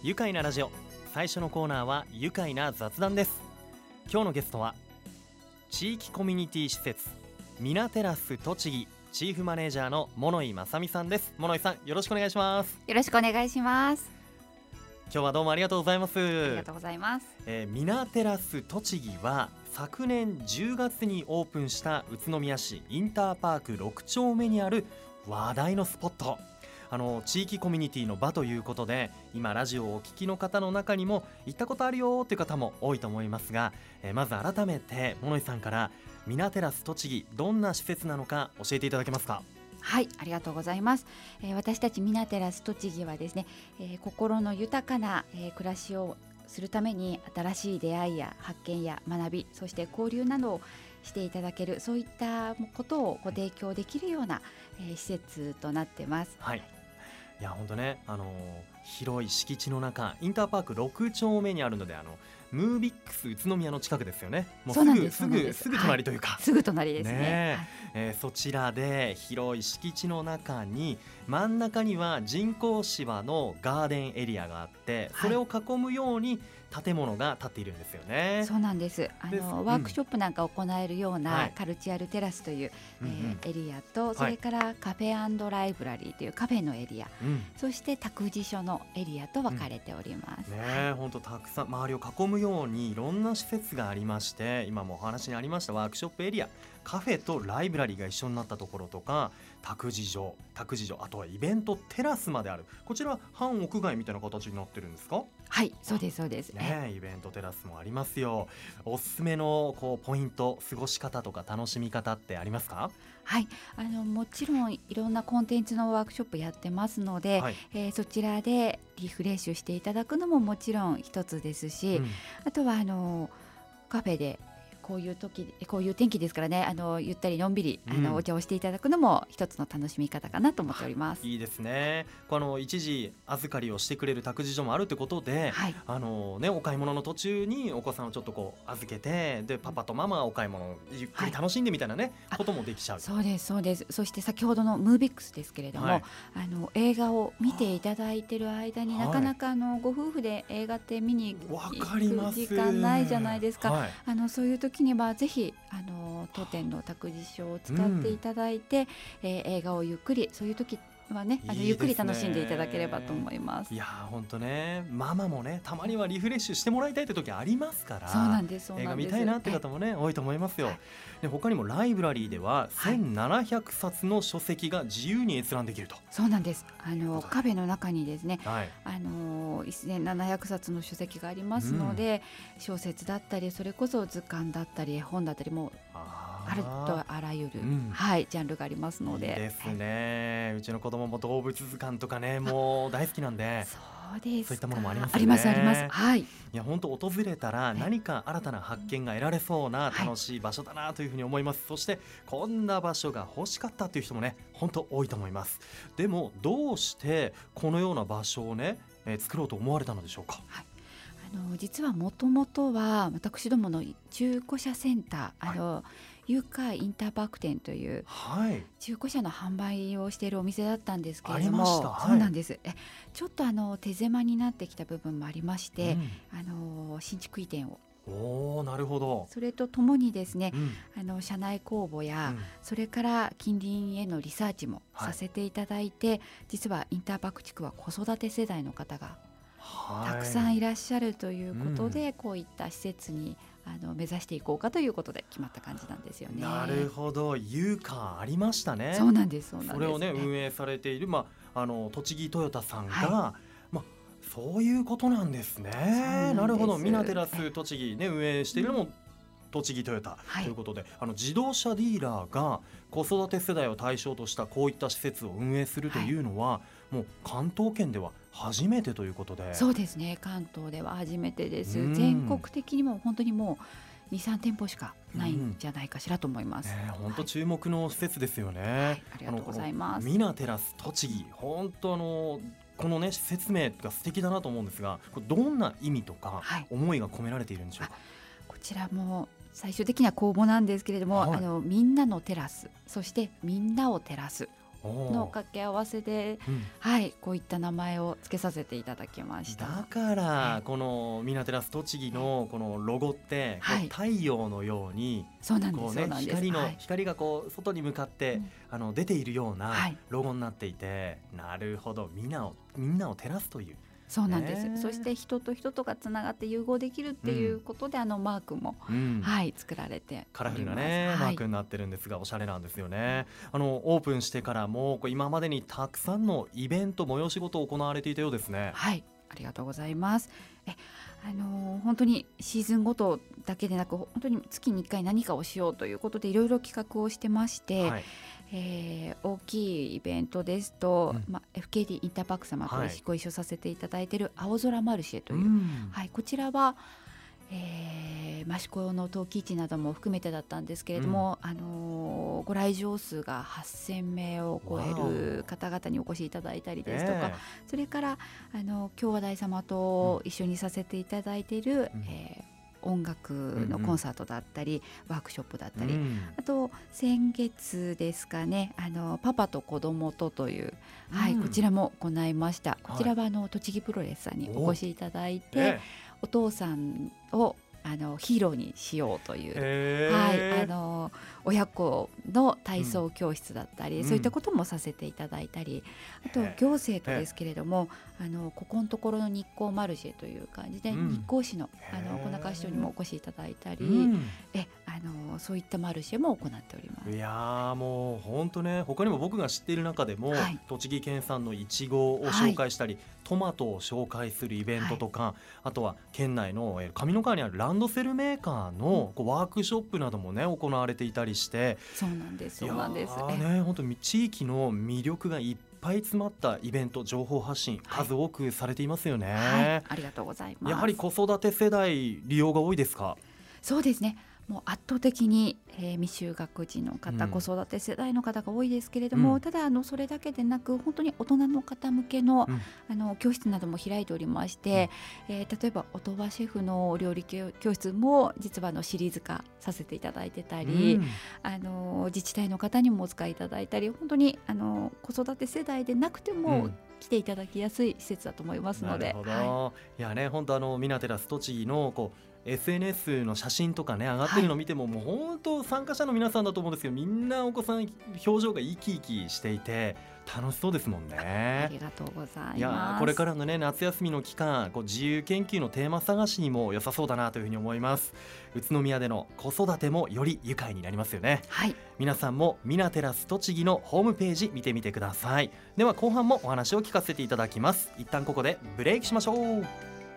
愉快なラジオ。最初のコーナーは愉快な雑談です。今日のゲストは地域コミュニティ施設ミナテラス栃木チーフマネージャーの物井正美さんです。物井さん、よろしくお願いします。 よろしくお願いします。 今日はどうもありがとうございます。 ありがとうございます。 ミナテラス栃木は昨年10月にオープンした宇都宮市インターパーク6丁目にある話題のスポット。地域コミュニティの場ということで、今ラジオをお聞きの方の中にも行ったことあるよという方も多いと思いますが、まず改めて物井さんからミナテラス栃木、どんな施設なのか教えていただけますか？ はい、ありがとうございます。私たちミナテラス栃木はですね、心の豊かな、暮らしをするために新しい出会いや発見や学び、そして交流などをしていただける、そういったことをご提供できるような、施設となってます。 はい、いや本当ね、広い敷地の中、インターパーク6丁目にあるので、ムービックス宇都宮の近くですよね。もうすぐ隣というか、 すぐ隣ですね。 そちらで広い敷地の中に真ん中には人工芝のガーデンエリアがあって、それを囲むように建物が建っているんですよね。 そうなんです。ワークショップなんかを行えるようなカルチュアルテラスという、エリアと、それからカフェ&ライブラリーというカフェのエリア、そして託児所のエリアと分かれております。 本当たくさん周りを囲むようにいろんな施設がありまして、今もお話にありましたワークショップエリア、カフェとライブラリーが一緒になったところとか、託児所、あとはイベントテラスまである。こちらは半屋外みたいな形になってるんですか？ はい、そうですそうです、 イベントテラスもありますよ。おすすめのポイント、過ごし方とか楽しみ方ってありますか？ はい、もちろんいろんなコンテンツのワークショップやってますので、そちらでリフレッシュしていただくのももちろん一つですし、あとはカフェでこういう天気ですからね、ゆったりのんびりお茶をしていただくのも一つの楽しみ方かなと思っております。 いいですね。一時預かりをしてくれる託児所もあるってことで、お買い物の途中にお子さんをちょっと預けて、でパパとママがお買い物をゆっくり楽しんでみたいなこともできちゃう。 そうですそうです。そして先ほどのムービックスですけれども、映画を見ていただいている間になかなかご夫婦で映画って見に行く時間ないじゃないですか。そういう時にはぜひ当店の託児所を使っていただいて、映画をゆっくり、そういう時はね、ゆっくり楽しんでいただければと思います。 いや本当ね、ママもね、たまにはリフレッシュしてもらいたいって時ありますから。 そうなんです。 映画見たいなって方もね、多いと思いますよ。で他にもライブラリーでは1700冊の書籍が自由に閲覧できると。 そうなんです。カフェの中にですね、1700冊の書籍がありますので、小説だったり、それこそ図鑑だったり絵本だったり、もあるとあらゆる、ジャンルがありますので。 いいですね。うちの子供も動物図鑑とかね、もう大好きなんで。 そうですか。 そういったものもありますよね。 ありますあります。いや本当訪れたら何か新たな発見が得られそうな楽しい場所だなというふうに思います。そしてこんな場所が欲しかったという人もね、本当多いと思います。でもどうしてこのような場所をね、作ろうと思われたのでしょうか？ 実はもともとは私どもの中古車センター、ユーカーインターパーク店という中古車の販売をしているお店だったんですけれども、そうなんです。ちょっと手狭になってきた部分もありまして、新築移転をなるほど。 それとともにですね、社内公募や、それから近隣へのリサーチもさせていただいて、実はインターパーク地区は子育て世代の方がたくさんいらっしゃるということで、こういった施設に目指していこうかということで決まった感じなんですよね。 なるほど。ユーカーありましたね。 そうなんです。 それをね運営されている、栃木トヨタさんが、そういうことなんですね。なるほど。ミナテラス栃木ね、運営しているのも栃木トヨタということで、自動車ディーラーが子育て世代を対象としたこういった施設を運営するというのは、もう関東圏では初めてということで。 そうですね、関東では初めてです。全国的にも本当にもう 2,3 店舗しかないんじゃないかしらと思います。 本当注目の施設ですよね。 ありがとうございます。 ミナテラス栃木、本当このね施設名が素敵だなと思うんですが、これどんな意味とか思いが込められているんでしょうか？ こちらも最終的には公募なんですけれども、みんなのテラス、そしてみんなを照らすの掛け合わせで、はい、こういった名前を付けさせていただきました。 だからこのミナテラス栃木のこのロゴって、太陽のように光がこう外に向かって出ているようなロゴになっていて、なるほど、みんなを照らすという。 そうなんです。そして人と人とがつながって融合できるっていうことで、マークも、作られてカラフルなね、マークになってるんですが、おしゃれなんですよね。オープンしてからも今までにたくさんのイベント催し事を行われていたようですね。 はい、ありがとうございます。本当にシーズンごとだけでなく、本当に月に1回何かをしようということでいろいろ企画をしてまして、大きいイベントですと、FKD インターパーク様とご一緒させていただいている青空マルシェという、こちらは、益子の陶器市なども含めてだったんですけれども、ご来場数が8000名を超える方々にお越しいただいたりですとか、それから京和大様と一緒にさせていただいている、音楽のコンサートだったり、ワークショップだったり、あと先月ですかね、パパと子供とという、こちらも行いました。こちらは栃木プロレスさんにお越しいただいて、お父さんをヒーローにしようという、親子の体操教室だったり、そういったこともさせていただいたり、あと行政とですけれども、ここのところの日光マルシェという感じで、日光市の小中市長にもお越しいただいたり、そういったマルシェも行っております。 いやもう本当ね、他にも僕が知っている中でも、栃木県産のいちごを紹介したり、トマトを紹介するイベントとか、あとは県内の上三川にあるランドセルメーカーのワークショップなどもね行われていたりして、 そうなんです。 本当に地域の魅力がいっぱい詰まったイベント、情報発信、数多くされていますよね。 ありがとうございます。 やはり子育て世代利用が多いですか？ そうですね、もう圧倒的に、未就学児の方、子育て世代の方が多いですけれども、ただそれだけでなく、本当に大人の方向けの、教室なども開いておりまして、例えば音羽シェフのお料理教室も実はシリーズ化させていただいてたり、自治体の方にもお使いいただいたり、本当に子育て世代でなくても、来ていただきやすい施設だと思いますので。 なるほど、いやね、本当ミナテラス栃木のSNS の写真とかね上がってるのを見ても、もう本当参加者の皆さんだと思うんですけど、みんなお子さん表情が生き生きしていて楽しそうですもんね。 ありがとうございます。 いやこれからのね夏休みの期間、自由研究のテーマ探しにも良さそうだなというふうに思います。宇都宮での子育てもより愉快になりますよね。皆さんもミナテラス栃木のホームページ見てみてください。では後半もお話を聞かせていただきます。一旦ここでブレイクしましょう。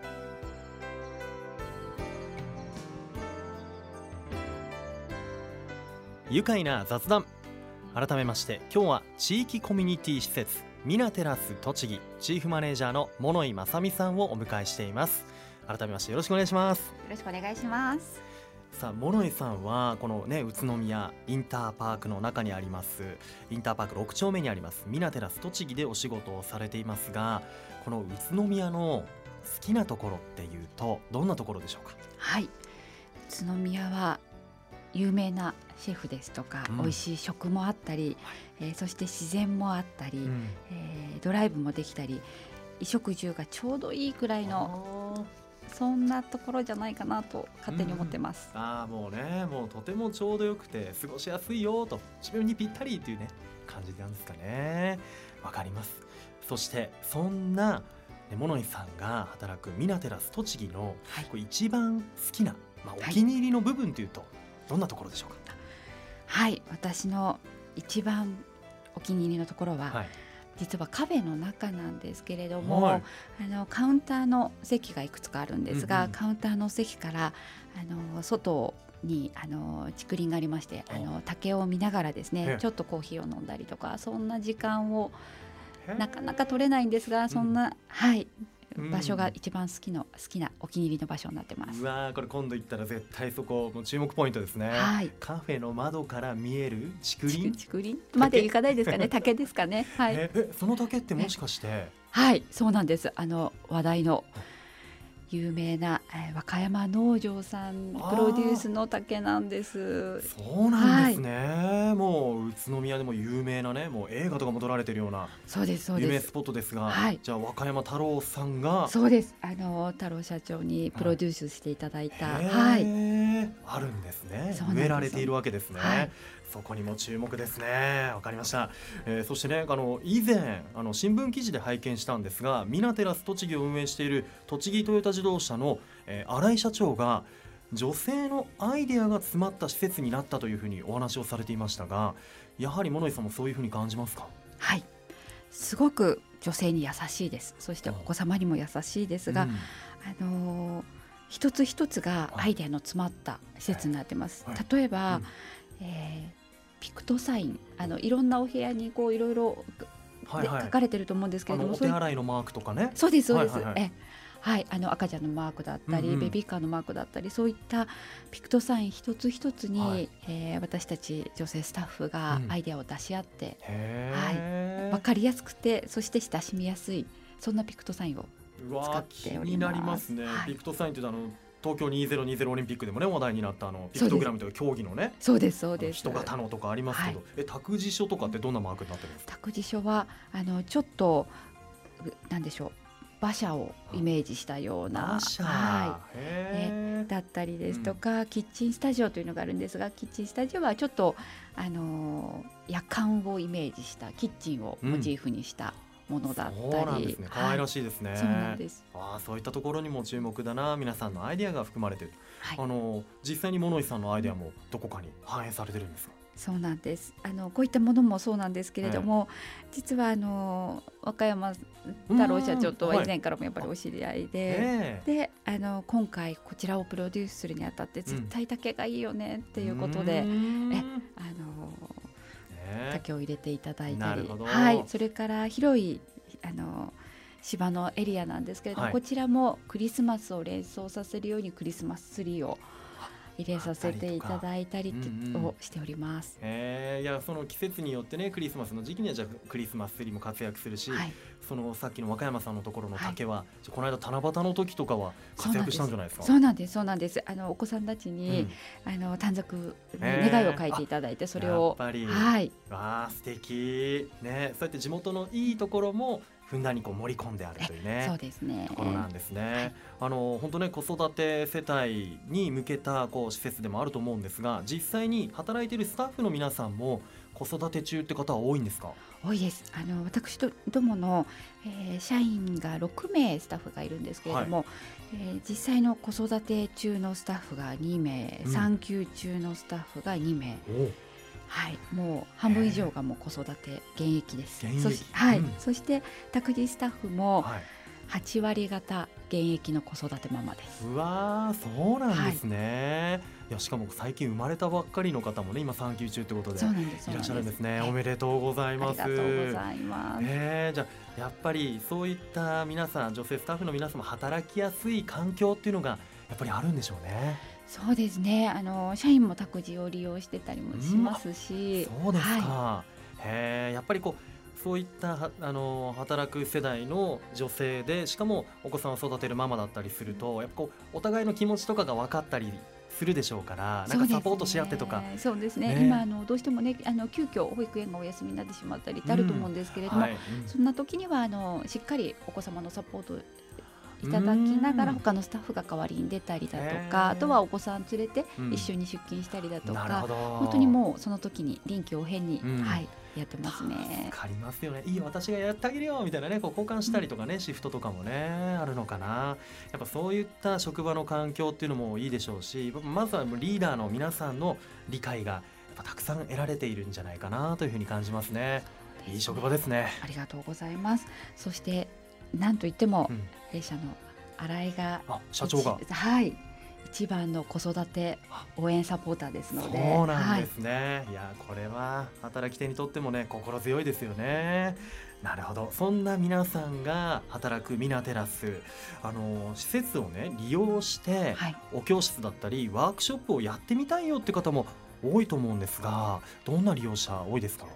愉快な雑談。改めまして今日は地域コミュニティ施設ミナテラス栃木チーフマネージャーの物井正美さんをお迎えしています。改めましてよろしくお願いします。よろしくお願いします。 さあ物井さんはこのね宇都宮インターパークの中にあります、インターパーク6丁目にありますミナテラス栃木でお仕事をされていますが、この宇都宮の好きなところっていうとどんなところでしょうか？ 宇都宮は有名なシェフですとか、美味しい食もあったり、そして自然もあったり、ドライブもできたり、衣食住がちょうどいいくらいのそんなところじゃないかなと勝手に思ってます。 もうね、もうとてもちょうどよくて過ごしやすいよと、自分にぴったりっていうね感じなんですかね。わかります。そしてそんな物井さんが働くミナテラス栃木の、一番好きな、お気に入りの部分というとどんなところでしょうか？ 私の一番お気に入りのところは、実はカフェの中なんですけれども、カウンターの席がいくつかあるんですが、カウンターの席から外に竹林がありまして、竹を見ながらですね、ちょっとコーヒーを飲んだりとか、そんな時間をなかなか取れないんですが、そんな、場所が一番好きなお気に入りの場所になってます。 これ今度行ったら絶対そこも注目ポイントですね。カフェの窓から見える竹林まで行かないですかね。竹ですかね。 その竹ってもしかして？ そうなんです。話題の有名な、和歌山農場さんプロデュースの竹なんです。 そうなんですね、もう宇都宮でも有名なね、もう映画とかも撮られてるような有名スポットですが、じゃあ和歌山太郎さんが。 そうです、太郎社長にプロデュースしていただいた、 あるんですね。植えられているわけですね。そこにも注目ですね。わかりました。そしてね、以前新聞記事で拝見したんですが、ミナテラス栃木を運営している栃木トヨタ自動車の、新井社長が女性のアイデアが詰まった施設になったというふうにお話をされていましたが、やはり物井さんもそういうふうに感じますか？ はい、すごく女性に優しいです。そしてお子様にも優しいですが、一つ一つがアイデアの詰まった施設になってます。例えば、ピクトサイン、いろんなお部屋にこういろいろ書かれてると思うんですけれども、 お手洗いのマークとかね。 そうですそうです。赤ちゃんのマークだったり、ベビーカーのマークだったり、そういったピクトサイン一つ一つに、私たち女性スタッフがアイデアを出し合って、分かりやすくて、そして親しみやすい、そんなピクトサインを使っております。 気になりますね。ピクトサインというと東京2020オリンピックでもね話題になったピクトグラムという競技のね、 そうですそうです、 人型のとかありますけど、託児所とかってどんなマークになってるんですか？ 託児所はちょっとなんでしょう、馬車をイメージしたような、だったりですとか、キッチンスタジオというのがあるんですが、キッチンスタジオはちょっと夜間をイメージしたキッチンをモチーフにしたものだったり、 そうなんですね。可愛らしいですね。 そうなんです。 そういったところにも注目だな。皆さんのアイデアが含まれている、実際に物井さんのアイデアもどこかに反映されてるんですか？ そうなんです。こういったものもそうなんですけれども、実は和歌山太郎社長とは以前からもやっぱりお知り合いで、今回こちらをプロデュースするにあたって絶対竹がいいよねっていうことで、竹を入れていただいたり、それから広い芝のエリアなんですけれども、こちらもクリスマスを連想させるようにクリスマスツリーを入れさせていただいたりをしております。 いや、その季節によってね、クリスマスの時期にはじゃあクリスマスツリーも活躍するし、そのさっきの和歌山さんのところの竹は、この間七夕の時とかは活躍したんじゃないですか？ そうなんです、そうなんです。お子さんたちに、短冊に願いを書いていただいて、それをやっぱり、素敵ね。そうやって地元のいいところもふんだんに盛り込んであるというね、 そうですね、 ところなんですね。本当ね、子育て世帯に向けた施設でもあると思うんですが、実際に働いているスタッフの皆さんも子育て中って方は多いんですか？ 多いです。私どもの、社員が6名スタッフがいるんですけれども、実際の子育て中のスタッフが2名、産休中のスタッフが2名、もう半分以上がもう子育て現役です。そして託児スタッフも8割方現役の子育てママです。 うわー、そうなんですね。いや、しかも最近生まれたばっかりの方もね、今産休中ということでいらっしゃるんですね。おめでとうございます。 ありがとうございます。 じゃあやっぱりそういった皆さん、女性スタッフの皆さんも働きやすい環境っていうのがやっぱりあるんでしょうね。 そうですね。社員も託児を利用してたりもしますし、 そうですか。やっぱりそういった働く世代の女性で、しかもお子さんを育てるママだったりすると、やっぱお互いの気持ちとかが分かったりするでしょうから、なんかサポートし合ってとか。 そうですね。今どうしてもね、急遽保育園がお休みになってしまったりってあると思うんですけれども、そんな時にはしっかりお子様のサポートいただきながら、他のスタッフが代わりに出たりだとか、あとはお子さん連れて一緒に出勤したりだとか、本当にもうその時に臨機応変に、やってますね。 わかりますよね。いいよ、私がやってあげるよみたいなね、交換したりとかね、シフトとかもねあるのかな。やっぱそういった職場の環境っていうのもいいでしょうし、まずはリーダーの皆さんの理解がやっぱたくさん得られているんじゃないかなというふうに感じますね。いい職場ですね。 ありがとうございます。そしてなんといっても、弊社の新井が社長が一番の子育て応援サポーターですので。 そうなんですね。いや、これは働き手にとってもね、心強いですよね。なるほど。そんな皆さんが働くミナテラス、施設をね利用して、お教室だったりワークショップをやってみたいよって方も多いと思うんですが、どんな利用者多いですか？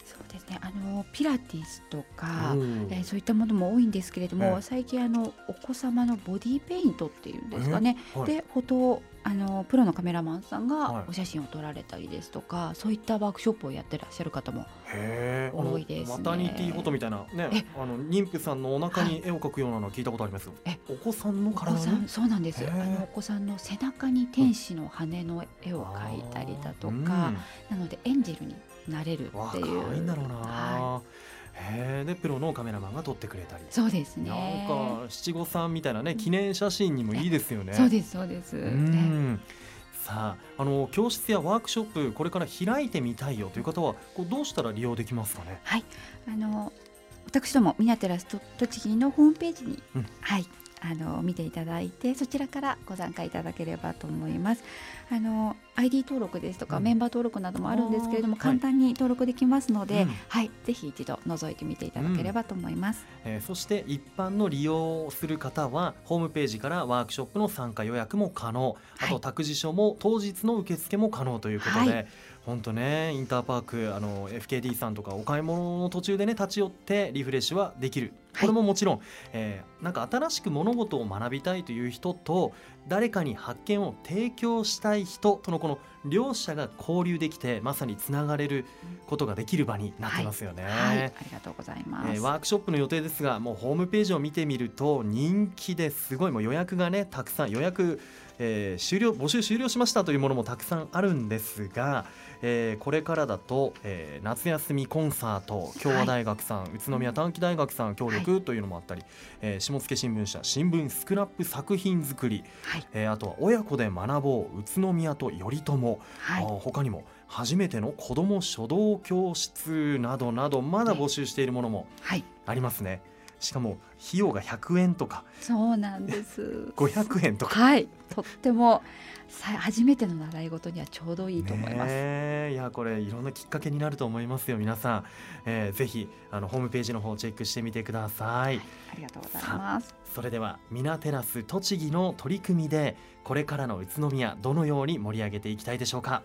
そうですね、ピラティスとか、そういったものも多いんですけれども、最近お子様のボディペイントっていうんですかね、でフォトプロのカメラマンさんがお写真を撮られたりですとか、そういったワークショップをやってらっしゃる方も多いですね。 マタニティフォトみたいなね、妊婦さんのお腹に絵を描くようなの聞いたことあります。お子さんの体に、 そうなんです。お子さんの背中に天使の羽の絵を描いたりだとか、なのでエンジェルになれるっていう。 可愛いんだろうな。でプロのカメラマンが撮ってくれたり。 そうですね。 なんか七五三みたいなね、記念写真にもいいですよね。 そうですそうです。 さあ、教室やワークショップこれから開いてみたいよという方はどうしたら利用できますかね。 はい、私どもミナテラス栃木のホームページに、はい、見ていただいて、そちらからご参加いただければと思います。ID 登録ですとか、メンバー登録などもあるんですけれども、簡単に登録できますので、ぜひ一度覗いてみていただければと思います。 そして一般の利用する方はホームページからワークショップの参加予約も可能、あと託児所も当日の受付も可能ということで、本当ね、インターパークFKD さんとかお買い物の途中でね立ち寄ってリフレッシュはできる。これももちろん、なんか新しく物事を学びたいという人と誰かに発見を提供したい人とのこの両者が交流できて、まさにつながれることができる場になってますよね。 ありがとうございます。 ワークショップの予定ですが、もうホームページを見てみると人気ですごい、もう予約がねたくさん募集終了しましたというものもたくさんあるんですが、これからだと、夏休みコンサート、京和大学さん、宇都宮短期大学さん協力というのもあったり、下野新聞社新聞スクラップ作品作り、あとは親子で学ぼう宇都宮と頼朝、他にも初めての子ども書道教室などなど、まだ募集しているものもありますね。しかも費用が100円とか。 そうなんです 500円とか、 とっても初めての習い事にはちょうどいいと思います。 いや、これいろんなきっかけになると思いますよ皆さん。ぜひホームページの方をチェックしてみてください。 ありがとうございます。 それではミナテラス栃木の取り組みでこれからの宇都宮どのように盛り上げていきたいでしょうか。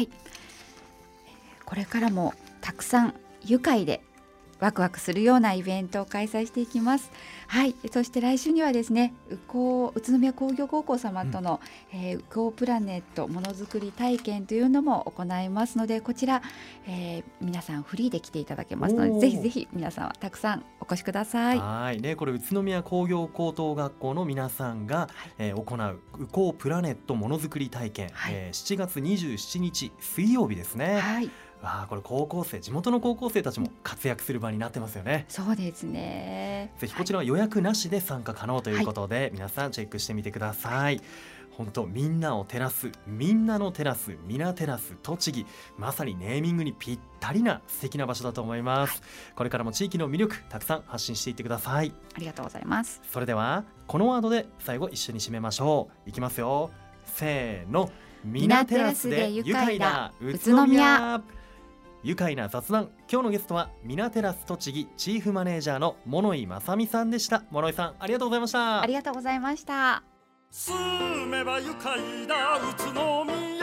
これからもたくさん愉快でワクワクするようなイベントを開催していきます。そして来週にはですね、宇都宮工業高校様との、宇高プラネットものづくり体験というのも行いますので、こちら、皆さんフリーで来ていただけますので、ぜひぜひ皆さんたくさんお越しください。 これ宇都宮工業高等学校の皆さんが、行う宇高プラネットものづくり体験、7月27日水曜日ですね。これ地元の高校生たちも活躍する場になってますよね。 そうですね。 ぜひこちらは予約なしで参加可能ということで、皆さんチェックしてみてください。本当、みんなを照らすみんなのテラスミナテラス栃木、まさにネーミングにぴったりな素敵な場所だと思います。これからも地域の魅力たくさん発信していってください。 ありがとうございます。 それではこのワードで最後一緒に締めましょう。いきますよ、せーの。ミナテラスで愉快だ宇都宮。愉快な雑談、今日のゲストはミナテラス栃木チーフマネージャーの物井正美さんでした。物井さん、ありがとうございました。 ありがとうございました。 住めば愉快だ宇都宮。